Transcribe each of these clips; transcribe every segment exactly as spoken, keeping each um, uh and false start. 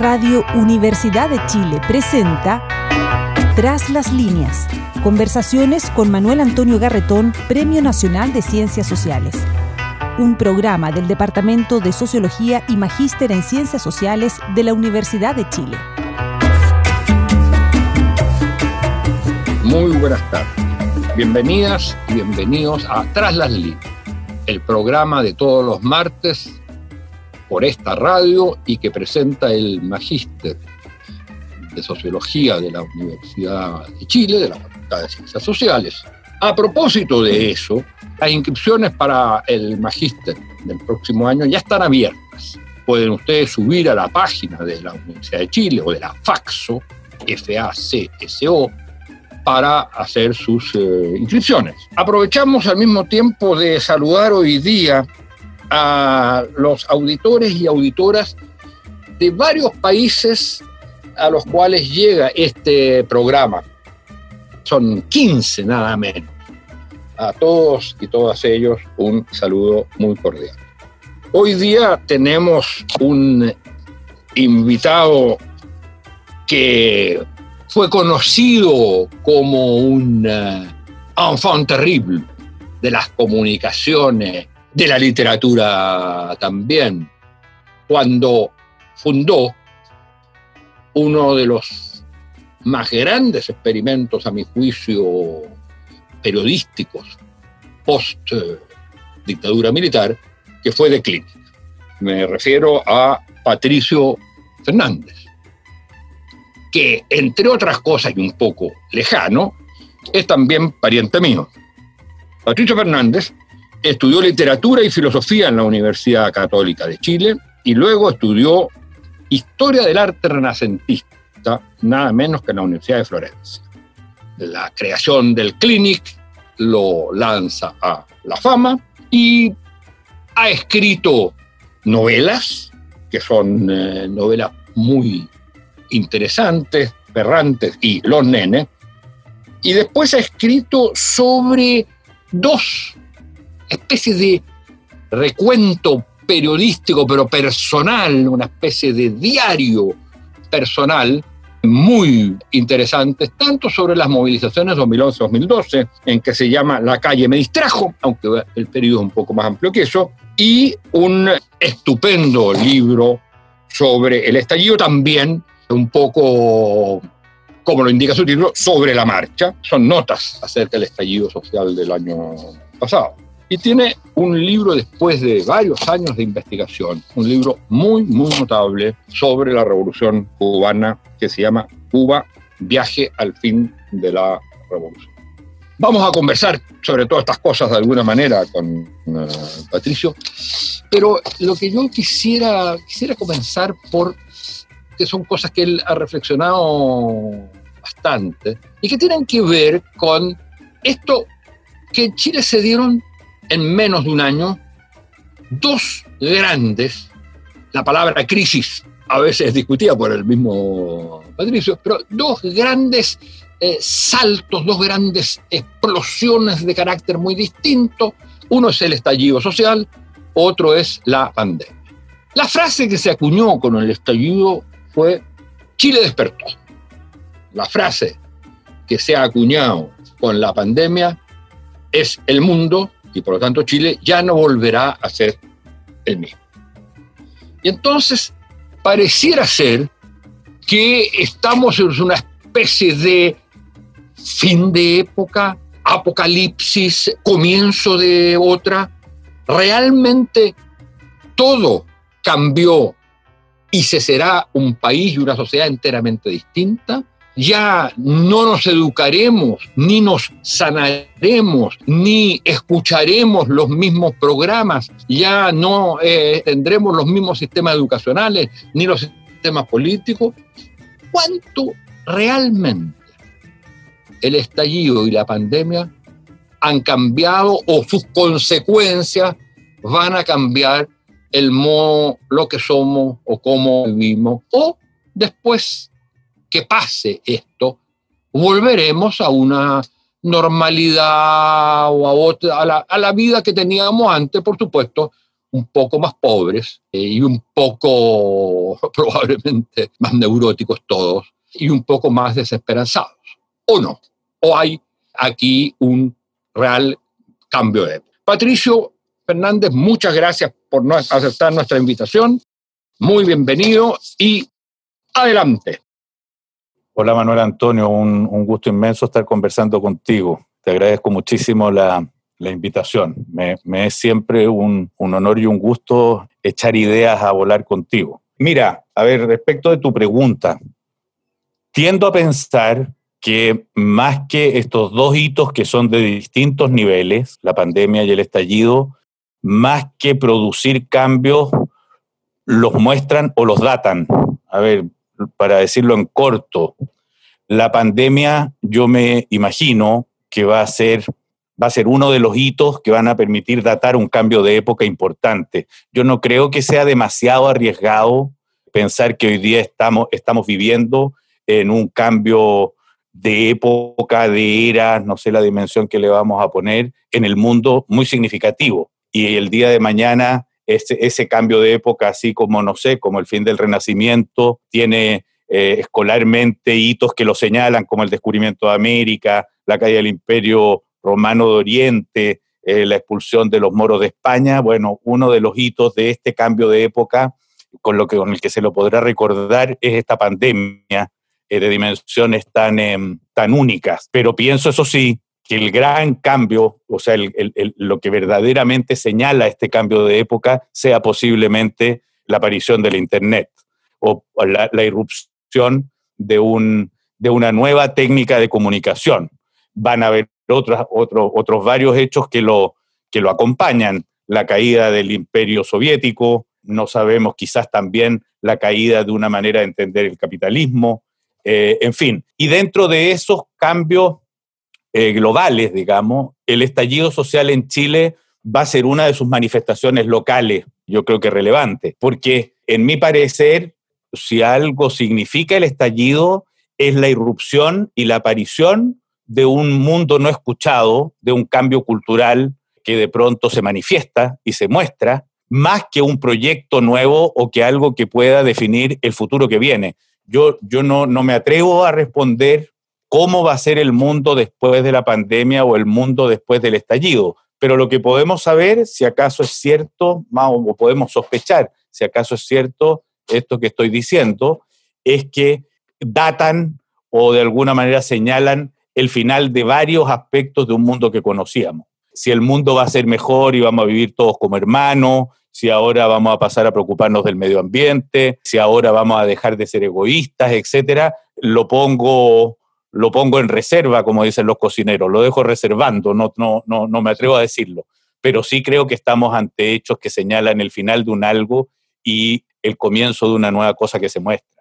Radio Universidad de Chile presenta Tras las líneas. Conversaciones con Manuel Antonio Garretón, Premio Nacional de Ciencias Sociales. Un programa del Departamento de Sociología y Magíster en Ciencias Sociales de la Universidad de Chile. Muy buenas tardes. Bienvenidas y bienvenidos a Tras las líneas, el programa de todos los martes por esta radio y que presenta el Magíster de Sociología de la Universidad de Chile, de la Facultad de Ciencias Sociales. A propósito de eso, las inscripciones para el Magíster del próximo año ya están abiertas. Pueden ustedes subir a la página de la Universidad de Chile o de la FACSO, F A C S O, para hacer sus eh, inscripciones. Aprovechamos al mismo tiempo de saludar hoy día a los auditores y auditoras de varios países a los cuales llega este programa. Son quince nada menos. A todos y todas ellos un saludo muy cordial. Hoy día tenemos un invitado que fue conocido como un uh, enfant terrible de las comunicaciones, de la literatura también, cuando fundó uno de los más grandes experimentos, a mi juicio, periodísticos post-dictadura militar, que fue The Clinic. Me refiero a Patricio Fernández, que, entre otras cosas y un poco lejano, es también pariente mío. Patricio Fernández estudió literatura y filosofía en la Universidad Católica de Chile y luego estudió historia del arte renacentista, nada menos que en la Universidad de Florencia. La creación del Clinic lo lanza a la fama y ha escrito novelas, que son eh, novelas muy interesantes, Ferrantes y Los Nenes, y después ha escrito sobre dos especies de recuento periodístico, pero personal, una especie de diario personal muy interesantes, tanto sobre las movilizaciones dos mil once dos mil doce, en que se llama La calle me distrajo, aunque el periodo es un poco más amplio que eso, y un estupendo libro sobre el estallido también, un poco, como lo indica su título, sobre la marcha. Son notas acerca del estallido social del año pasado. Y tiene un libro después de varios años de investigación, un libro muy, muy notable sobre la Revolución Cubana que se llama Cuba, viaje al fin de la revolución. Vamos a conversar sobre todas estas cosas de alguna manera con uh, Patricio, pero lo que yo quisiera, quisiera comenzar por, que son cosas que él ha reflexionado bastante y que tienen que ver con esto que en Chile se dieron en menos de un año dos grandes, la palabra crisis a veces es discutida por el mismo Patricio, pero dos grandes eh, saltos, dos grandes explosiones de carácter muy distinto. Uno es el estallido social, otro es la pandemia. La frase que se acuñó con el estallido fue Chile despertó. La frase que se ha acuñado con la pandemia es el mundo, y por lo tanto Chile ya no volverá a ser el mismo. Y entonces pareciera ser que estamos en una especie de fin de época, apocalipsis, comienzo de otra. Realmente todo cambió y se será un país y una sociedad enteramente distinta. Ya no nos educaremos, ni nos sanaremos, ni escucharemos los mismos programas, ya no eh, tendremos los mismos sistemas educacionales, ni los sistemas políticos. ¿Cuánto realmente el estallido y la pandemia han cambiado o sus consecuencias van a cambiar el modo, lo que somos o cómo vivimos? O después que pase esto, volveremos a una normalidad o a, otra, a, la, a la vida que teníamos antes, por supuesto, un poco más pobres eh, y un poco probablemente más neuróticos todos y un poco más desesperanzados. ¿O no? ¿O hay aquí un real cambio de época? Patricio Fernández, muchas gracias por no aceptar nuestra invitación. Muy bienvenido y adelante. Hola Manuel Antonio, un, un gusto inmenso estar conversando contigo. Te agradezco muchísimo la, la invitación. Me, me es siempre un, un honor y un gusto echar ideas a volar contigo. Mira, a ver, respecto de tu pregunta, tiendo a pensar que más que estos dos hitos que son de distintos niveles, la pandemia y el estallido, más que producir cambios, los muestran o los datan. A ver, para decirlo en corto, la pandemia yo me imagino que va a ser, va a ser uno de los hitos que van a permitir datar un cambio de época importante. Yo no creo que sea demasiado arriesgado pensar que hoy día estamos, estamos viviendo en un cambio de época, de era, no sé la dimensión que le vamos a poner, en el mundo muy significativo. Y el día de mañana ese, ese cambio de época, así como, no sé, como el fin del Renacimiento, tiene eh, escolarmente hitos que lo señalan, como el descubrimiento de América, la caída del Imperio Romano de Oriente, eh, la expulsión de los moros de España. Bueno, uno de los hitos de este cambio de época, con, lo que, con el que se lo podrá recordar, es esta pandemia eh, de dimensiones tan, eh, tan únicas. Pero pienso, eso sí, que el gran cambio, o sea, el, el, el, lo que verdaderamente señala este cambio de época, sea posiblemente la aparición del Internet o la, la irrupción de, un, de una nueva técnica de comunicación. Van a haber otros, otros, otros varios hechos que lo, que lo acompañan. La caída del Imperio Soviético, no sabemos, quizás también la caída de una manera de entender el capitalismo, eh, en fin. Y dentro de esos cambios Eh, globales, digamos, el estallido social en Chile va a ser una de sus manifestaciones locales, yo creo que relevante, porque en mi parecer, si algo significa el estallido, es la irrupción y la aparición de un mundo no escuchado, de un cambio cultural que de pronto se manifiesta y se muestra, más que un proyecto nuevo o que algo que pueda definir el futuro que viene. Yo, yo no, no me atrevo a responder cómo va a ser el mundo después de la pandemia o el mundo después del estallido. Pero lo que podemos saber, si acaso es cierto, o podemos sospechar, si acaso es cierto esto que estoy diciendo, es que datan o de alguna manera señalan el final de varios aspectos de un mundo que conocíamos. Si el mundo va a ser mejor y vamos a vivir todos como hermanos, si ahora vamos a pasar a preocuparnos del medio ambiente, si ahora vamos a dejar de ser egoístas, etcétera, lo pongo... lo pongo en reserva, como dicen los cocineros, lo dejo reservando, no, no, no, no me atrevo a decirlo, pero sí creo que estamos ante hechos que señalan el final de un algo y el comienzo de una nueva cosa que se muestra.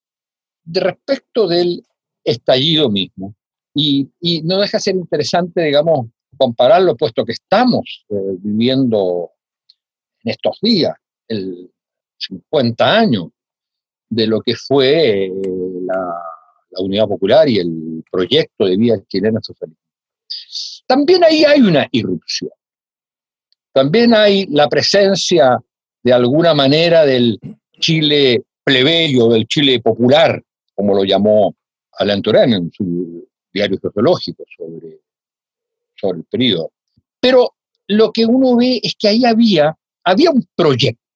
De respecto del estallido mismo, y, y no deja de ser interesante, digamos, compararlo, puesto que estamos eh, viviendo en estos días el cincuenta años de lo que fue eh, la la Unidad Popular y el proyecto de vía chilena socialista. También ahí hay una irrupción. También hay la presencia, de alguna manera, del Chile plebeyo, del Chile popular, como lo llamó Alain Touraine en su diario sociológico sobre, sobre el periodo. Pero lo que uno ve es que ahí había, había un proyecto.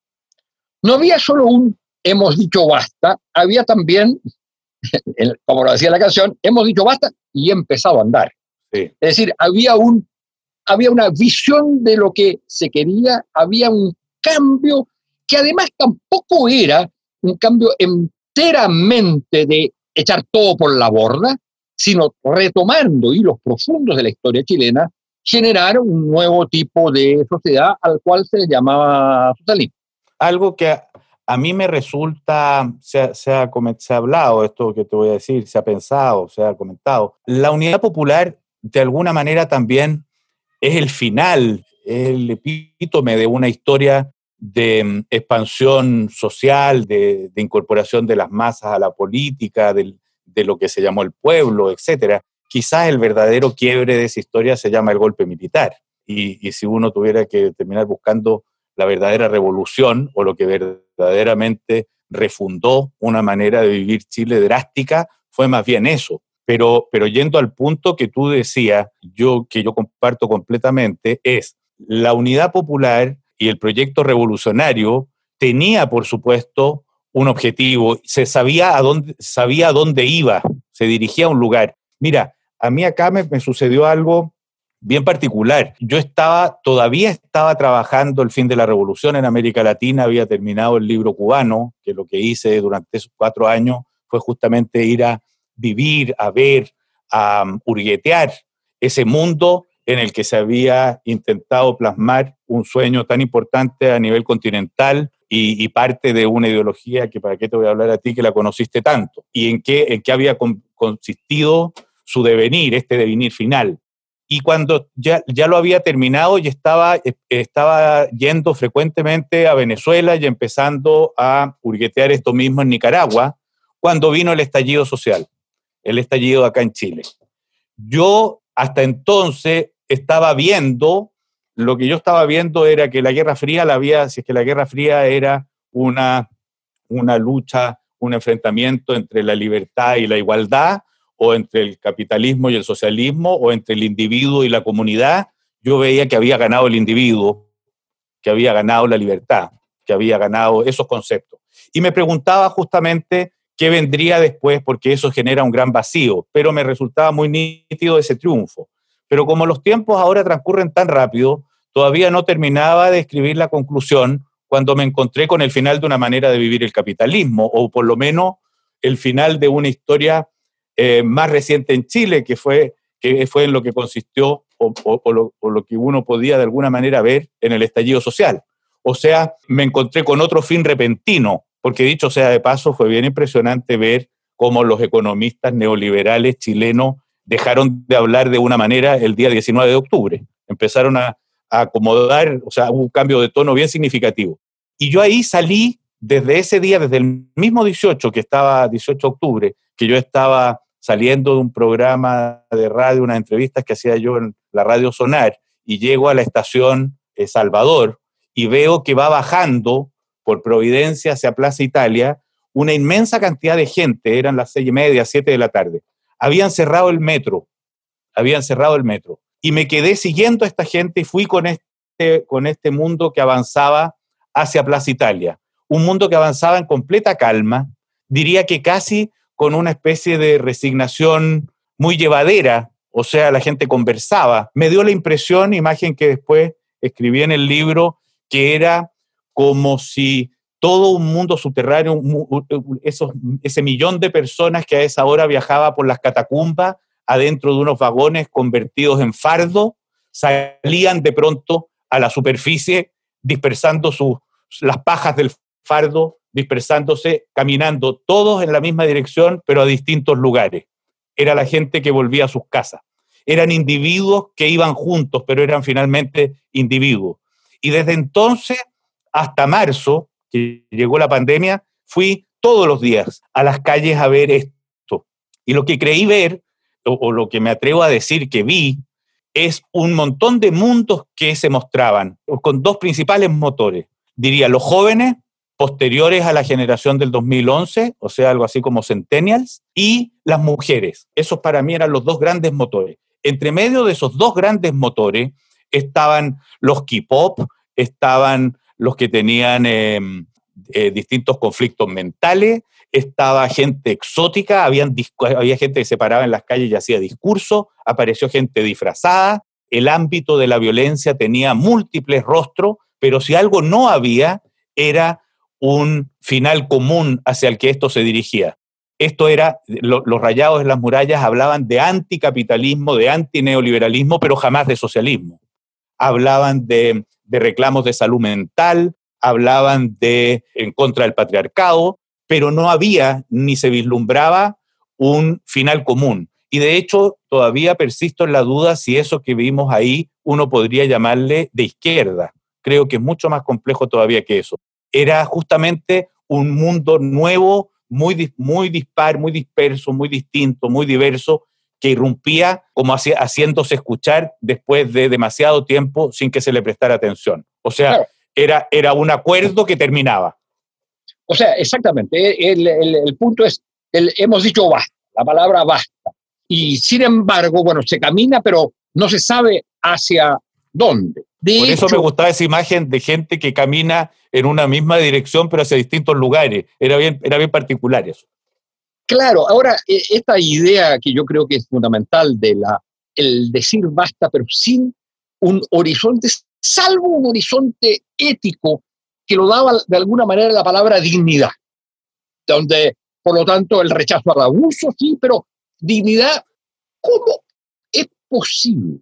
No había solo un hemos dicho basta, había también, como lo decía la canción, hemos dicho basta y he empezado a andar. Sí. Es decir, había, un, había una visión de lo que se quería, había un cambio que además tampoco era un cambio enteramente de echar todo por la borda, sino retomando hilos profundos de la historia chilena, generar un nuevo tipo de sociedad al cual se le llamaba socialismo. Algo que a, a mí me resulta, se ha, se, ha, se ha hablado, esto que te voy a decir, se ha pensado, se ha comentado. La Unidad Popular, de alguna manera, también es el final, es el epítome de una historia de um, expansión social, de, de incorporación de las masas a la política, de, de lo que se llamó el pueblo, etcétera. Quizás el verdadero quiebre de esa historia se llama el golpe militar. Y, y si uno tuviera que terminar buscando la verdadera revolución o lo que verdaderamente refundó una manera de vivir Chile drástica, fue más bien eso. Pero, pero yendo al punto que tú decías, yo, que yo comparto completamente, es la Unidad Popular y el proyecto revolucionario tenía, por supuesto, un objetivo, se sabía a dónde, sabía a dónde iba, se dirigía a un lugar. Mira, a mí acá me, me sucedió algo bien particular. Yo estaba, todavía estaba trabajando el fin de la revolución en América Latina, había terminado el libro cubano, que lo que hice durante esos cuatro años fue justamente ir a vivir, a ver, a um, hurguetear ese mundo en el que se había intentado plasmar un sueño tan importante a nivel continental y, y parte de una ideología que, ¿para qué te voy a hablar a ti, que la conociste tanto? Y en qué, en qué había con, consistido su devenir, este devenir final. Y cuando ya, ya lo había terminado y estaba, estaba yendo frecuentemente a Venezuela y empezando a hurguetear esto mismo en Nicaragua, cuando vino el estallido social, el estallido acá en Chile. Yo hasta entonces estaba viendo, lo que yo estaba viendo era que la Guerra Fría, la había, si es que la Guerra Fría era una, una lucha, un enfrentamiento entre la libertad y la igualdad, o entre el capitalismo y el socialismo, o entre el individuo y la comunidad, yo veía que había ganado el individuo, que había ganado la libertad, que había ganado esos conceptos. Y me preguntaba justamente qué vendría después, porque eso genera un gran vacío, pero me resultaba muy nítido ese triunfo. Pero como los tiempos ahora transcurren tan rápido, todavía no terminaba de escribir la conclusión cuando me encontré con el final de una manera de vivir el capitalismo, o por lo menos el final de una historia Eh, más reciente en Chile, que fue, que fue en lo que consistió o, o, o, lo, o lo que uno podía de alguna manera ver en el estallido social. O sea, me encontré con otro fin repentino, porque dicho sea de paso, fue bien impresionante ver cómo los economistas neoliberales chilenos dejaron de hablar de una manera el día diecinueve de octubre. Empezaron a, a acomodar, o sea, hubo un cambio de tono bien significativo. Y yo ahí salí desde ese día, desde el mismo dieciocho, que estaba dieciocho de octubre, que yo estaba saliendo de un programa de radio, unas entrevistas que hacía yo en la radio Sonar, y llego a la estación eh, Salvador, y veo que va bajando por Providencia hacia Plaza Italia una inmensa cantidad de gente, eran las seis y media, siete de la tarde. Habían cerrado el metro, habían cerrado el metro, y me quedé siguiendo a esta gente y fui con este, con este mundo que avanzaba hacia Plaza Italia, un mundo que avanzaba en completa calma, diría que casi con una especie de resignación muy llevadera, o sea, la gente conversaba. Me dio la impresión, imagen que después escribí en el libro, que era como si todo un mundo subterráneo, esos, ese millón de personas que a esa hora viajaba por las catacumbas, adentro de unos vagones convertidos en fardo, salían de pronto a la superficie, dispersando sus, las pajas del fardo, dispersándose, caminando todos en la misma dirección, pero a distintos lugares. Era la gente que volvía a sus casas. Eran individuos que iban juntos, pero eran finalmente individuos. Y desde entonces hasta marzo, que llegó la pandemia, fui todos los días a las calles a ver esto. Y lo que creí ver, o, o lo que me atrevo a decir que vi, es un montón de mundos que se mostraban, con dos principales motores. Diría, los jóvenes, posteriores a la generación del dos mil once, o sea, algo así como centennials, y las mujeres. Esos para mí eran los dos grandes motores. Entre medio de esos dos grandes motores estaban los K-pop, estaban los que tenían eh, eh, distintos conflictos mentales, estaba gente exótica, habían, había gente que se paraba en las calles y hacía discursos, apareció gente disfrazada, el ámbito de la violencia tenía múltiples rostros, pero si algo no había, era un final común hacia el que esto se dirigía. Esto era, lo, los rayados en las murallas hablaban de anticapitalismo, de antineoliberalismo, pero jamás de socialismo. Hablaban de, de reclamos de salud mental, hablaban de en contra del patriarcado, pero no había ni se vislumbraba un final común. Y de hecho, todavía persisto en la duda si eso que vimos ahí uno podría llamarle de izquierda. Creo que es mucho más complejo todavía que eso. Era justamente un mundo nuevo, muy, muy dispar, muy disperso, muy distinto, muy diverso, que irrumpía como haciéndose escuchar después de demasiado tiempo sin que se le prestara atención. O sea, claro, era, era un acuerdo que terminaba. O sea, exactamente, el, el, el punto es, el, hemos dicho basta, la palabra basta, y sin embargo, bueno, se camina, pero no se sabe hacia dónde. De Por hecho, eso me gustaba esa imagen de gente que camina en una misma dirección, pero hacia distintos lugares. Era bien, era bien particular eso. Claro, ahora, esta idea que yo creo que es fundamental de la, el decir basta, pero sin un horizonte, salvo un horizonte ético que lo daba de alguna manera la palabra dignidad, donde, por lo tanto, el rechazo al abuso, sí, pero dignidad, ¿cómo es posible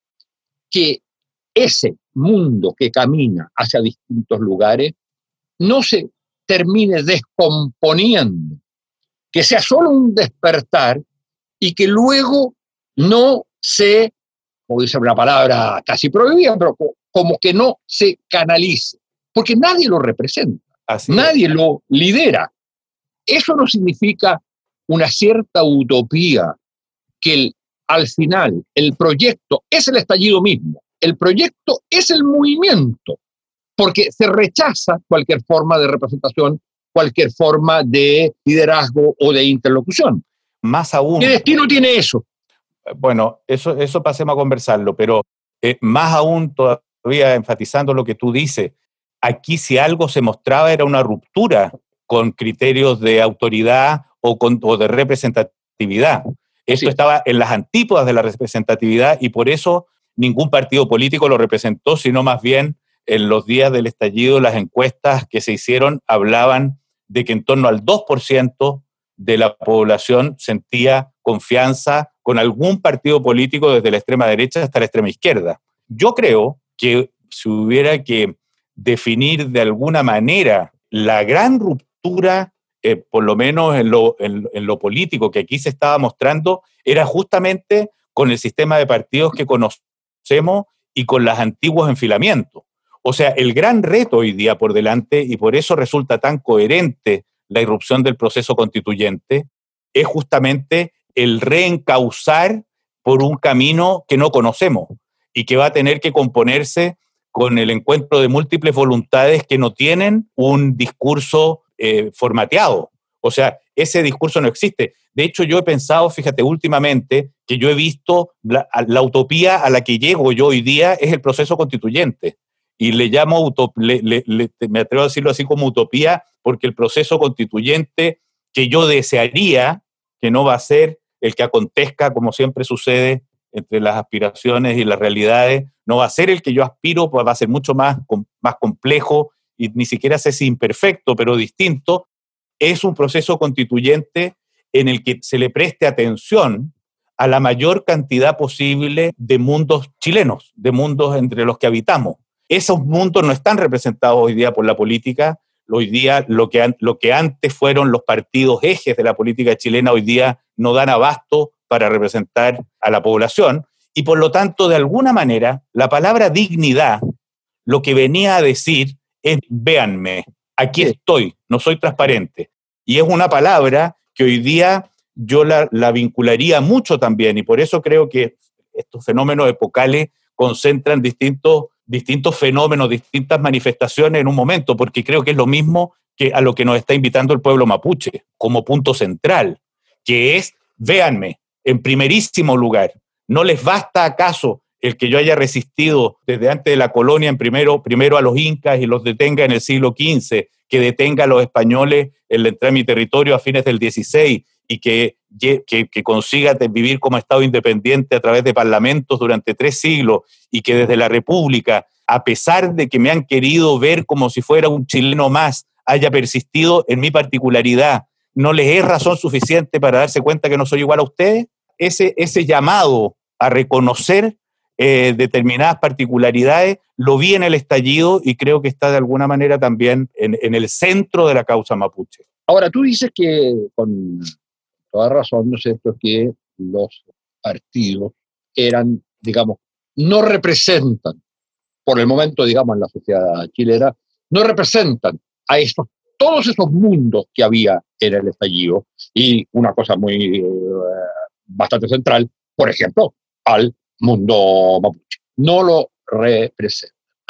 que ese mundo que camina hacia distintos lugares no se termine descomponiendo, que sea solo un despertar y que luego no se, como dice una palabra casi prohibida, pero como que no se canalice, porque nadie lo representa, Así nadie es. lo lidera. Eso no significa una cierta utopía, que el, al final el proyecto es el estallido mismo, el proyecto es el movimiento, porque se rechaza cualquier forma de representación, cualquier forma de liderazgo o de interlocución. Más aún. ¿Qué destino tiene eso? Bueno, eso, eso pasemos a conversarlo, pero eh, más aún todavía enfatizando lo que tú dices, aquí si algo se mostraba era una ruptura con criterios de autoridad o, con, o de representatividad. Esto estaba en las antípodas de la representatividad y por eso ningún partido político lo representó, sino más bien en los días del estallido las encuestas que se hicieron hablaban de que en torno al dos por ciento de la población sentía confianza con algún partido político desde la extrema derecha hasta la extrema izquierda. Yo creo que si hubiera que definir de alguna manera la gran ruptura, eh, por lo menos en lo, en, en lo político que aquí se estaba mostrando, era justamente con el sistema de partidos que conocemos y con los antiguos enfilamientos. O sea, el gran reto hoy día por delante, y por eso resulta tan coherente la irrupción del proceso constituyente, es justamente el reencauzar por un camino que no conocemos y que va a tener que componerse con el encuentro de múltiples voluntades que no tienen un discurso eh, formateado. O sea, ese discurso no existe. De hecho, yo he pensado, fíjate, últimamente, que yo he visto la, la utopía a la que llego yo hoy día es el proceso constituyente. Y le llamo, utop, le, le, le, me atrevo a decirlo así como utopía, porque el proceso constituyente que yo desearía, que no va a ser el que acontezca, como siempre sucede entre las aspiraciones y las realidades, no va a ser el que yo aspiro, pues va a ser mucho más, más complejo y ni siquiera sé si imperfecto, pero distinto. Es un proceso constituyente en el que se le preste atención a la mayor cantidad posible de mundos chilenos, de mundos entre los que habitamos. Esos mundos no están representados hoy día por la política. Hoy día lo que, lo que antes fueron los partidos ejes de la política chilena, hoy día no dan abasto para representar a la población. Y por lo tanto, de alguna manera, la palabra dignidad, lo que venía a decir es, véanme, aquí estoy, no soy transparente. Y es una palabra que hoy día yo la, la vincularía mucho también, y por eso creo que estos fenómenos epocales concentran distintos, distintos fenómenos, distintas manifestaciones en un momento, porque creo que es lo mismo que a lo que nos está invitando el pueblo mapuche, como punto central, que es, véanme, en primerísimo lugar, ¿no les basta acaso el que yo haya resistido desde antes de la colonia en primero, primero a los incas y los detenga en el siglo quince, que detenga a los españoles en la entrada en mi territorio a fines del dieciséis y que, que, que consiga vivir como Estado independiente a través de parlamentos durante tres siglos y que desde la República, a pesar de que me han querido ver como si fuera un chileno más, haya persistido en mi particularidad, ¿no les es razón suficiente para darse cuenta que no soy igual a ustedes? Ese, ese llamado a reconocer eh, determinadas particularidades lo vi en el estallido y creo que está de alguna manera también en, en el centro de la causa mapuche. Ahora, tú dices que, con toda razón, ¿no es cierto?, que los partidos eran, digamos, no representan, por el momento, digamos, en la sociedad chilena, no representan a estos, todos esos mundos que había en el estallido. Y una cosa muy, eh, bastante central, por ejemplo, al mundo mapuche. No lo representan.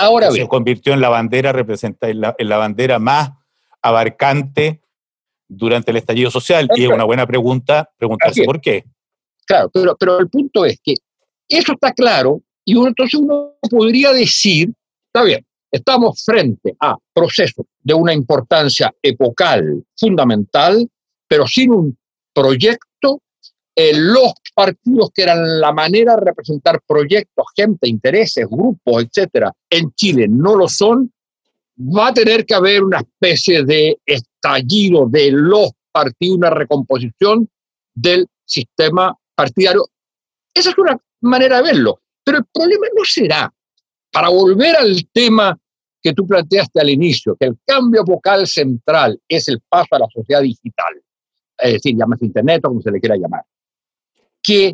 Ahora bien. Se convirtió en la bandera, representa en la, en la bandera más abarcante durante el estallido social. Y es una buena pregunta preguntarse por qué. Claro, pero, pero el punto es que eso está claro y uno, entonces uno podría decir, está bien, estamos frente a procesos de una importancia epocal, fundamental, pero sin un proyecto. Eh, los partidos que eran la manera de representar proyectos, gente, intereses, grupos, etcétera, en Chile no lo son. Va a tener que haber una especie de estallido de los partidos, una recomposición del sistema partidario. Esa es una manera de verlo. Pero el problema no será, para volver al tema que tú planteaste al inicio, que el cambio epocal central es el paso a la sociedad digital, es decir, llámese internet o como se le quiera llamar, que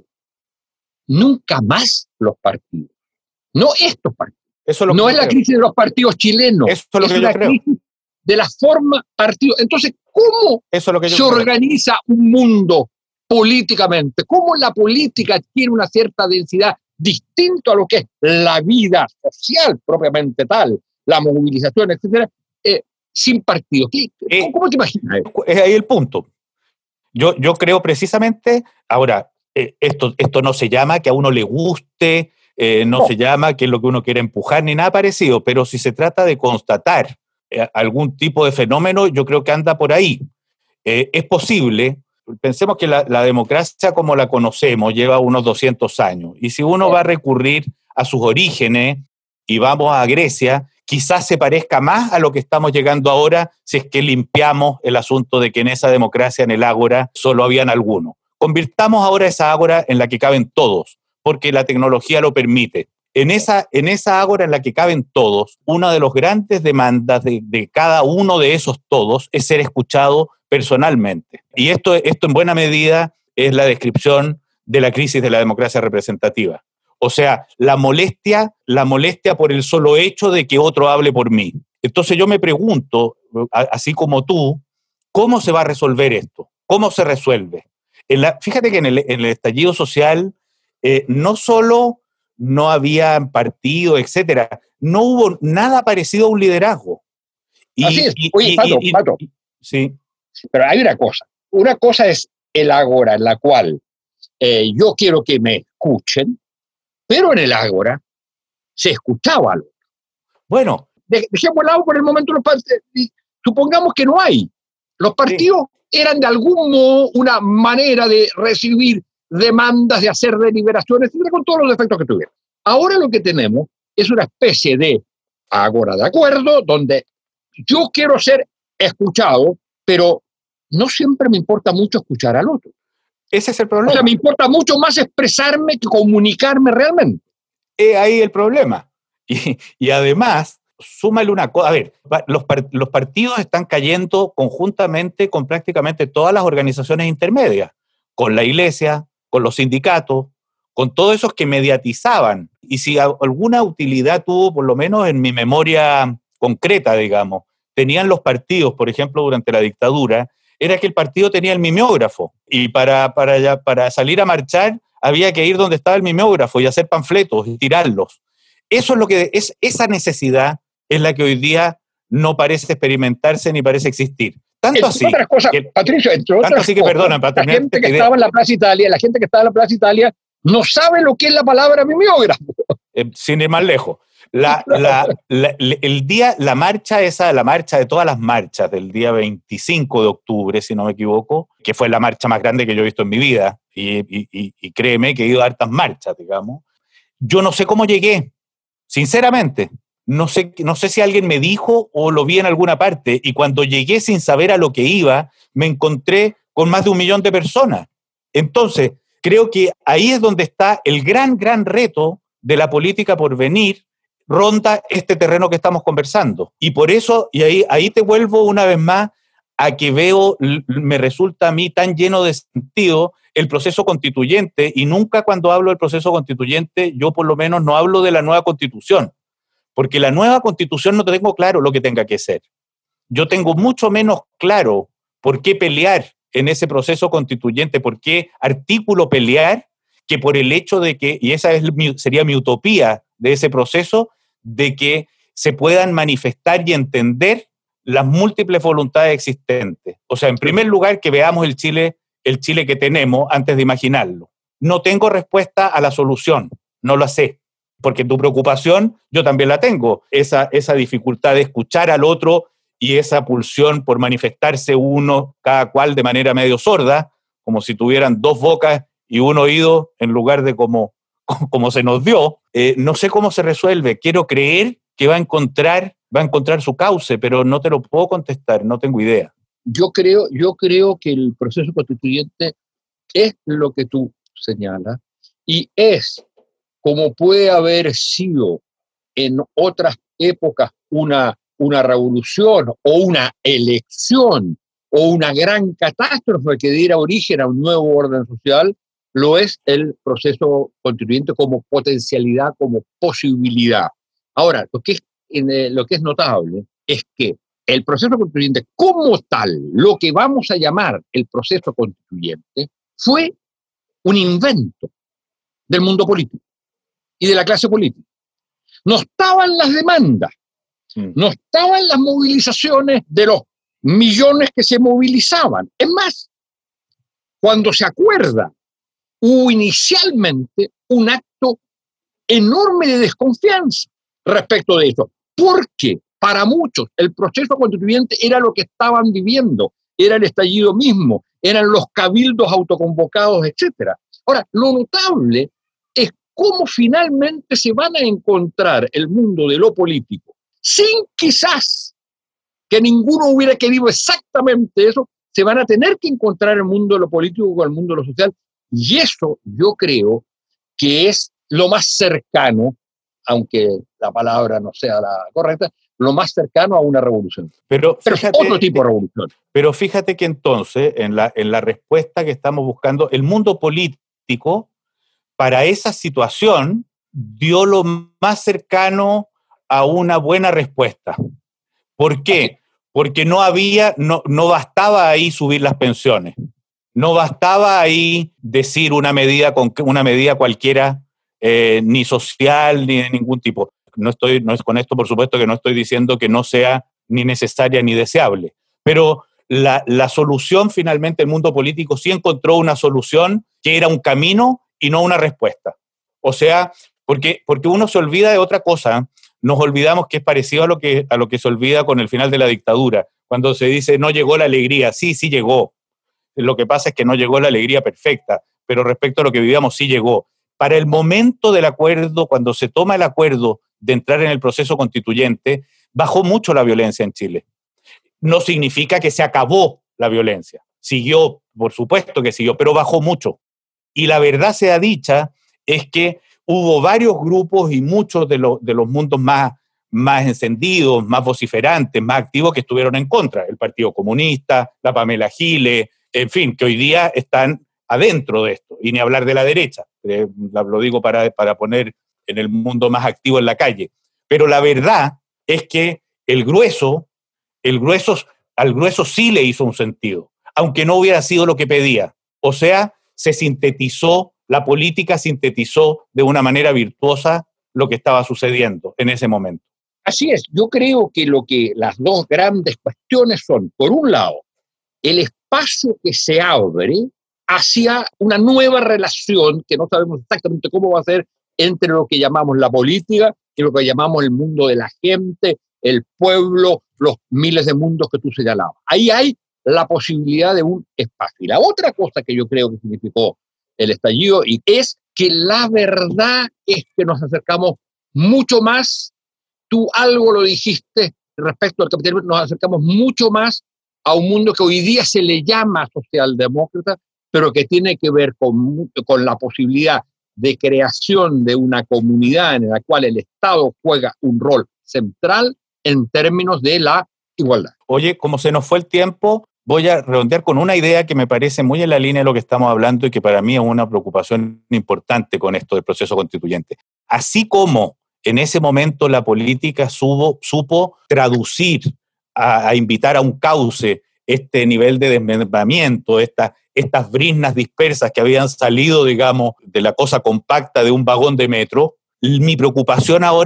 nunca más los partidos, no estos partidos, Eso es lo no es la creo. crisis de los partidos chilenos, Eso es, lo es que la yo creo. crisis de la forma partido. Entonces, ¿cómo Eso es lo que yo se creo. organiza un mundo políticamente? ¿Cómo la política tiene una cierta densidad distinto a lo que es la vida social propiamente tal, la movilización, etcétera, eh, sin partidos? Eh, ¿Cómo te imaginas eso? Es ahí el punto. Yo, yo creo precisamente, ahora, eh, esto, esto no se llama que a uno le guste, eh, no, no se llama que es lo que uno quiere empujar, ni nada parecido, pero si se trata de constatar eh, algún tipo de fenómeno, yo creo que anda por ahí. Eh, es posible. Pensemos que la, la democracia como la conocemos lleva unos doscientos años, y si uno va a recurrir a sus orígenes y vamos a Grecia, quizás se parezca más a lo que estamos llegando ahora si es que limpiamos el asunto de que en esa democracia, en el ágora, solo habían algunos. Convirtamos ahora esa ágora en la que caben todos, porque la tecnología lo permite. En esa, en esa ágora en la que caben todos, una de las grandes demandas de, de cada uno de esos todos es ser escuchado personalmente. Y esto, esto en buena medida es la descripción de la crisis de la democracia representativa. O sea, la molestia, la molestia por el solo hecho de que otro hable por mí. Entonces yo me pregunto, así como tú, ¿cómo se va a resolver esto? ¿Cómo se resuelve? En la, fíjate que en el, en el estallido social eh, no solo no había partido, etcétera, no hubo nada parecido a un liderazgo. Y, Así es. Oye, y, Pato, y, Pato. Y, sí. Pero hay una cosa. Una cosa es el ágora en la cual eh, yo quiero que me escuchen, pero en el ágora se escuchaba algo. Bueno. De, dejemos al lado por el momento los partidos. Supongamos que no hay. Los partidos sí. eran de algún modo una manera de recibir demandas, de hacer deliberaciones, con todos los defectos que tuvieron. Ahora lo que tenemos es una especie de ágora de acuerdo, donde yo quiero ser escuchado, pero no siempre me importa mucho escuchar al otro. Ese es el problema. O sea, me importa mucho más expresarme que comunicarme realmente. Es ahí el problema. Y, y además, súmale una cosa. A ver, los, part, los partidos están cayendo conjuntamente con prácticamente todas las organizaciones intermedias, con la iglesia, con los sindicatos, con todos esos que mediatizaban. Y si alguna utilidad tuvo, por lo menos en mi memoria concreta, digamos, tenían los partidos, por ejemplo, durante la dictadura, era que el partido tenía el mimeógrafo, y para, para, para salir a marchar había que ir donde estaba el mimeógrafo y hacer panfletos y tirarlos. Eso es lo que es, esa necesidad es la que hoy día no parece experimentarse ni parece existir. Tanto entre así otras cosas, que, Patricio, entre otras tanto así que, cosas, perdona, para la gente que estaba en la Plaza Italia, la gente que estaba en la Plaza Italia no sabe lo que es la palabra mimeógrafo. Eh, sin ir más lejos. La, la, la, el día, la marcha esa, la marcha de todas las marchas del día veinticinco de octubre, si no me equivoco, que fue la marcha más grande que yo he visto en mi vida, y, y, y créeme que he ido a hartas marchas, digamos. Yo no sé cómo llegué, sinceramente. No sé, no sé si alguien me dijo o lo vi en alguna parte, y cuando llegué sin saber a lo que iba, me encontré con más de un millón de personas. Entonces, creo que ahí es donde está el gran, gran reto de la política por venir, ronda este terreno que estamos conversando. Y por eso, y ahí, ahí te vuelvo una vez más a que veo, me resulta a mí tan lleno de sentido el proceso constituyente, y nunca cuando hablo del proceso constituyente, yo por lo menos no hablo de la nueva constitución, porque la nueva constitución no tengo claro lo que tenga que ser. Yo tengo mucho menos claro por qué pelear en ese proceso constituyente, por qué artículo pelear, que por el hecho de que, y esa es mi, sería mi utopía de ese proceso, de que se puedan manifestar y entender las múltiples voluntades existentes. O sea, en primer lugar, que veamos el Chile, el Chile que tenemos antes de imaginarlo. No tengo respuesta a la solución, no lo sé, porque tu preocupación yo también la tengo, esa, esa dificultad de escuchar al otro y esa pulsión por manifestarse uno, cada cual de manera medio sorda, como si tuvieran dos bocas y un oído en lugar de como, como se nos dio. Eh, no sé cómo se resuelve, quiero creer que va a encontrar, va a encontrar su cauce, pero no te lo puedo contestar, no tengo idea. Yo creo, yo creo que el proceso constituyente es lo que tú señalas y es como puede haber sido en otras épocas una, una revolución o una elección o una gran catástrofe que diera origen a un nuevo orden social, lo es el proceso constituyente como potencialidad, como posibilidad. Ahora, lo que es, eh, lo que es notable es que el proceso constituyente como tal, lo que vamos a llamar el proceso constituyente, fue un invento del mundo político y de la clase política. No estaban las demandas, mm. no estaban las movilizaciones de los millones que se movilizaban. Es más, cuando se acuerda, hubo inicialmente un acto enorme de desconfianza respecto de eso. ¿Por qué? Para muchos, el proceso constituyente era lo que estaban viviendo, era el estallido mismo, eran los cabildos autoconvocados, etcétera. Ahora, lo notable es cómo finalmente se van a encontrar el mundo de lo político, sin quizás que ninguno hubiera querido exactamente eso, se van a tener que encontrar el mundo de lo político con el mundo de lo social, y eso yo creo que es lo más cercano, aunque la palabra no sea la correcta, lo más cercano a una revolución. Pero, pero fíjate, es otro tipo de revolución. Pero fíjate que entonces, en la, en la respuesta que estamos buscando, el mundo político, para esa situación, dio lo más cercano a una buena respuesta. ¿Por qué? Porque no había, no, no bastaba ahí subir las pensiones. No bastaba ahí decir una medida, con, una medida cualquiera, eh, ni social, ni de ningún tipo. No estoy, no es con esto, por supuesto, que no estoy diciendo que no sea ni necesaria ni deseable, pero la, la solución finalmente, el mundo político sí encontró una solución que era un camino y no una respuesta. O sea, porque, porque uno se olvida de otra cosa, nos olvidamos que es parecido a lo que, a lo que se olvida con el final de la dictadura, cuando se dice no llegó la alegría, sí, sí llegó. Lo que pasa es que no llegó la alegría perfecta, pero respecto a lo que vivíamos sí llegó. Para el momento del acuerdo, cuando se toma el acuerdo de entrar en el proceso constituyente, bajó mucho la violencia en Chile. No significa que se acabó la violencia. Siguió, por supuesto que siguió, pero bajó mucho. Y la verdad sea dicha, es que hubo varios grupos y muchos de, lo, de los mundos más, más encendidos, más vociferantes, más activos que estuvieron en contra. El Partido Comunista, la Pamela Giles, en fin, que hoy día están adentro de esto. Y ni hablar de la derecha. Eh, lo digo para, para poner en el mundo más activo en la calle. Pero la verdad es que el grueso, el grueso, al grueso sí le hizo un sentido, aunque no hubiera sido lo que pedía. O sea, se sintetizó, la política sintetizó de una manera virtuosa lo que estaba sucediendo en ese momento. Así es, yo creo que lo que las dos grandes cuestiones son, por un lado, el espacio que se abre hacia una nueva relación que no sabemos exactamente cómo va a ser entre lo que llamamos la política y lo que llamamos el mundo de la gente, el pueblo, los miles de mundos que tú señalabas. Ahí hay la posibilidad de un espacio. Y la otra cosa que yo creo que significó el estallido y es que la verdad es que nos acercamos mucho más, tú algo lo dijiste respecto al capitalismo, nos acercamos mucho más a un mundo que hoy día se le llama socialdemócrata, pero que tiene que ver con, con la posibilidad de creación de una comunidad en la cual el Estado juega un rol central en términos de la igualdad. Oye, como se nos fue el tiempo, voy a redondear con una idea que me parece muy en la línea de lo que estamos hablando y que para mí es una preocupación importante con esto del proceso constituyente. Así como en ese momento la política supo, supo traducir, a, a invitar a un cauce este nivel de desmembramiento, esta, estas briznas dispersas que habían salido, digamos, de la cosa compacta de un vagón de metro, mi preocupación ahora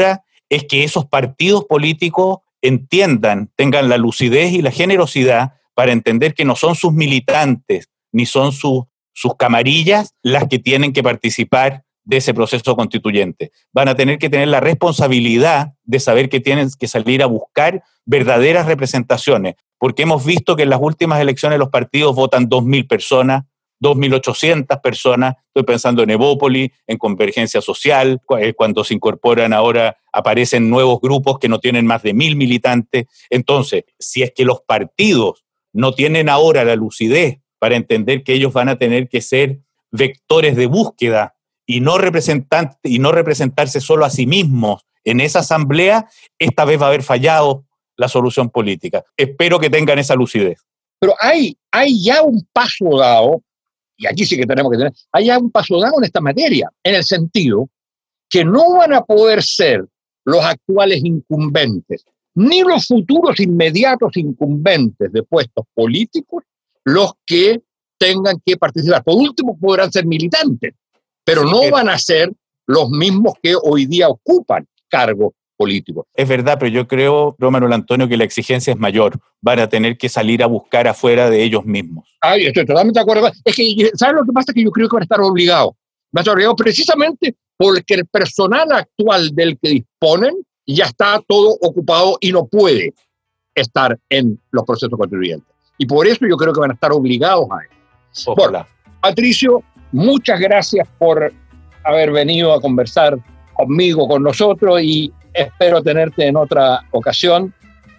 es que esos partidos políticos entiendan, tengan la lucidez y la generosidad para entender que no son sus militantes ni son sus, sus camarillas las que tienen que participar de ese proceso constituyente. Van a tener que tener la responsabilidad de saber que tienen que salir a buscar verdaderas representaciones, porque hemos visto que en las últimas elecciones los partidos votan dos mil personas, dos mil ochocientas personas, estoy pensando en Evópolis, en Convergencia Social, cuando se incorporan ahora aparecen nuevos grupos que no tienen más de mil militantes. Entonces, si es que los partidos no tienen ahora la lucidez para entender que ellos van a tener que ser vectores de búsqueda y no, representantes, y no representarse solo a sí mismos en esa asamblea, esta vez va a haber fallado la solución política. Espero que tengan esa lucidez. Pero hay, hay ya un paso dado, y aquí sí que tenemos que tener, hay ya un paso dado en esta materia, en el sentido que no van a poder ser los actuales incumbentes, ni los futuros inmediatos incumbentes de puestos políticos, los que tengan que participar. Por último, podrán ser militantes, pero sí, no van a ser los mismos que hoy día ocupan cargos políticos. Es verdad, pero yo creo, Manuel Antonio, que la exigencia es mayor. Van a tener que salir a buscar afuera de ellos mismos. Ay, estoy totalmente de acuerdo. Es que, ¿sabes lo que pasa? Que yo creo que van a estar obligados. Van a estar obligados precisamente porque el personal actual del que disponen ya está todo ocupado y no puede estar en los procesos constituyentes. Y por eso yo creo que van a estar obligados a eso. Bueno, Patricio, muchas gracias por haber venido a conversar conmigo, con nosotros, y espero tenerte en otra ocasión.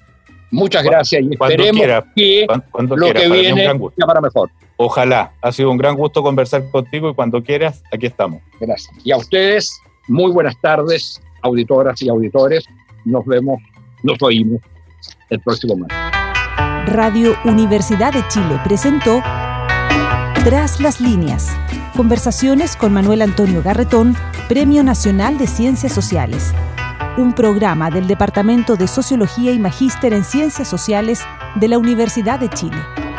Muchas gracias y esperemos quiera, que cuando, cuando lo quiera, que viene sea para mejor. Ojalá. Ha sido un gran gusto conversar contigo y cuando quieras, aquí estamos. Gracias. Y a ustedes, muy buenas tardes, auditoras y auditores. Nos vemos, nos oímos el próximo mes. Radio Universidad de Chile presentó Tras las líneas. Conversaciones con Manuel Antonio Garretón, Premio Nacional de Ciencias Sociales. Un programa del Departamento de Sociología y Magíster en Ciencias Sociales de la Universidad de Chile.